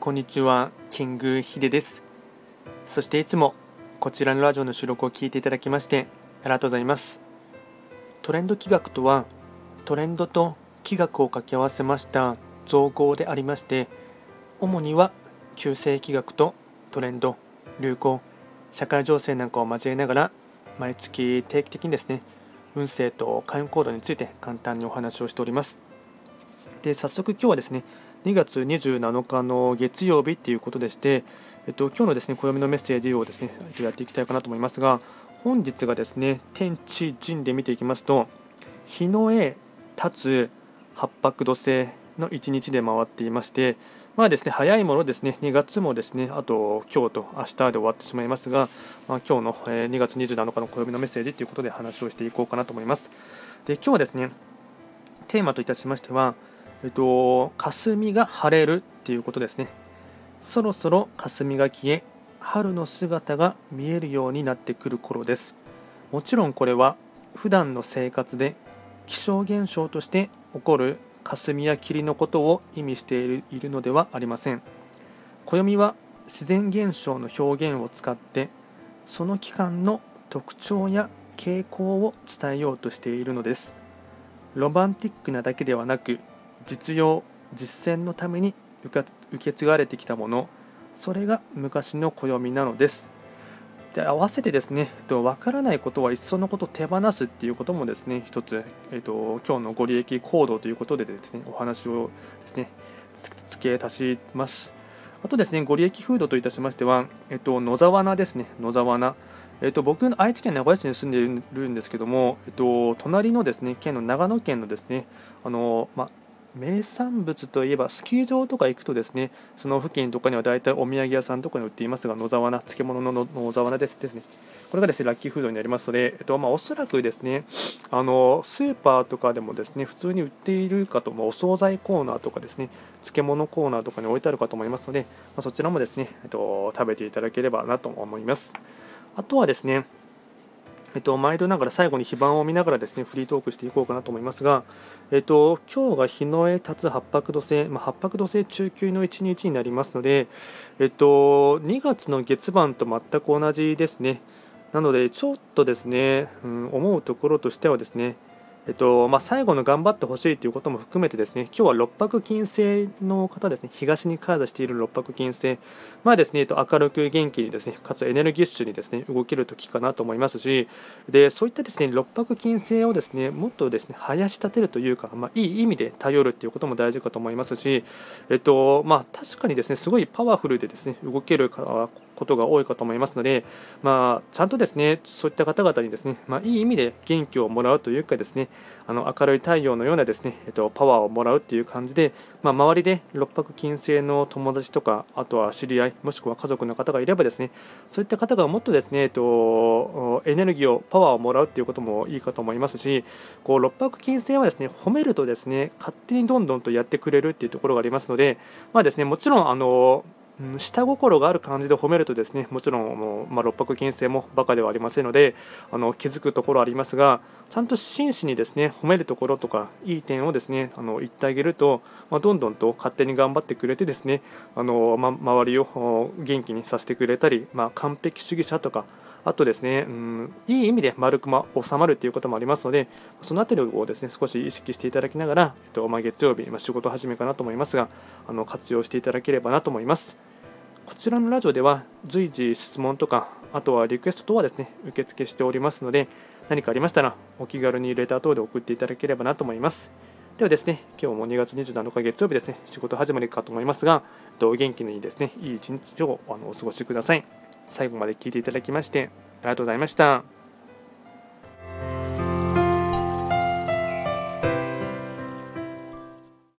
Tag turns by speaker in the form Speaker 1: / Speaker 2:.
Speaker 1: こんにちは、キングヒデです。そしていつもこちらのラジオの収録を聞いていただきましてありがとうございます。トレンド企画とは、トレンドと企画を掛け合わせました造語でありまして、主には旧世企画とトレンド、流行、社会情勢なんかを交えながら、毎月定期的にですね、運勢と開運行動について簡単にお話をしております。で、早速今日はですね、2月27日の月曜日ということでして、今日のですね、暦のメッセージをですね、やっていきたいかなと思いますが、本日がですね、天地人で見ていきますと、日の絵、立つ、八白土星の1日で回っていまして、まあですね、早いものですね、2月もですね、あと今日と明日で終わってしまいますが、今日の2月27日の暦のメッセージということで話をしていこうかなと思います。で、今日はですね、テーマといたしましては、霞が晴れるっていうことですね。そろそろ霞が消え、春の姿が見えるようになってくる頃です。もちろんこれは普段の生活で気象現象として起こる霞や霧のことを意味しているのではありません。暦は自然現象の表現を使ってその期間の特徴や傾向を伝えようとしているのです。ロマンティックなだけではなく、実用実践のために受け継がれてきたもの、それが昔の暦なのです。で、合わせてですね、わからないことはいっそのこと手放すっていうこともですね、一つ、今日のご利益行動ということでですね、お話をですね、付け足します。あとですね、ご利益フードといたしましては、野沢菜ですね、野沢菜。僕の愛知県名古屋市に住んでいるんですけども、隣のですね県の長野県のですね、名産物といえばスキー場とか行くとですね、その付近とかには大体お土産屋さんとかに売っていますが、野沢菜、漬物の野沢菜ですね。これがですねラッキーフードになりますので、おそらくですね、スーパーとかでもですね普通に売っているかと、お惣菜コーナーとかですね、漬物コーナーとかに置いてあるかと思いますので、そちらもですね、食べていただければなと思います。あとはですね、毎度ながら最後に非番を見ながらですねフリートークしていこうかなと思いますが、今日が日の絵立つ八白土星、八白土星中級の1日になりますので、2月の月番と全く同じですね。なのでちょっとですね、思うところとしてはですね、最後の頑張ってほしいということも含めてですね、今日は六白金星の方ですね、東に開座している六白金星、ですね、明るく元気にですね、かつエネルギッシュにですね、動ける時かなと思いますし、で、そういったですね、六白金星をですね、もっとですね、囃し立てるというか、いい意味で頼るということも大事かと思いますし、確かにですね、すごいパワフルでですね、動けることが多いかと思いますので、ちゃんとですね、そういった方々にですね、いい意味で元気をもらうというかですね、明るい太陽のようなですね、パワーをもらうという感じで、周りで六白金星の友達とか、あとは知り合い、もしくは家族の方がいればですね、そういった方がもっとですね、エネルギーを、パワーをもらうということもいいかと思いますし、六白金星はですね、褒めるとですね、勝手にどんどんとやってくれるっていうところがありますので、ですね、もちろん下心がある感じで褒めるとですね、もちろん六白金星もバカではありませんので、気づくところありますが、ちゃんと真摯にですね褒めるところとかいい点をですね言ってあげると、どんどんと勝手に頑張ってくれてですね、周りを元気にさせてくれたり、完璧主義者とか、あとですね、いい意味で丸く収まるということもありますので、そのあたりをですね少し意識していただきながら、月曜日、仕事始めかなと思いますが、活用していただければなと思います。こちらのラジオでは随時質問とか、あとはリクエスト等はですね受付しておりますので、何かありましたらお気軽にレター等で送っていただければなと思います。ではですね、今日も2月27日月曜日ですね、仕事始まりかと思いますが、元気にですねいい一日をお過ごしください。最後まで聞いていただきましてありがとうございました。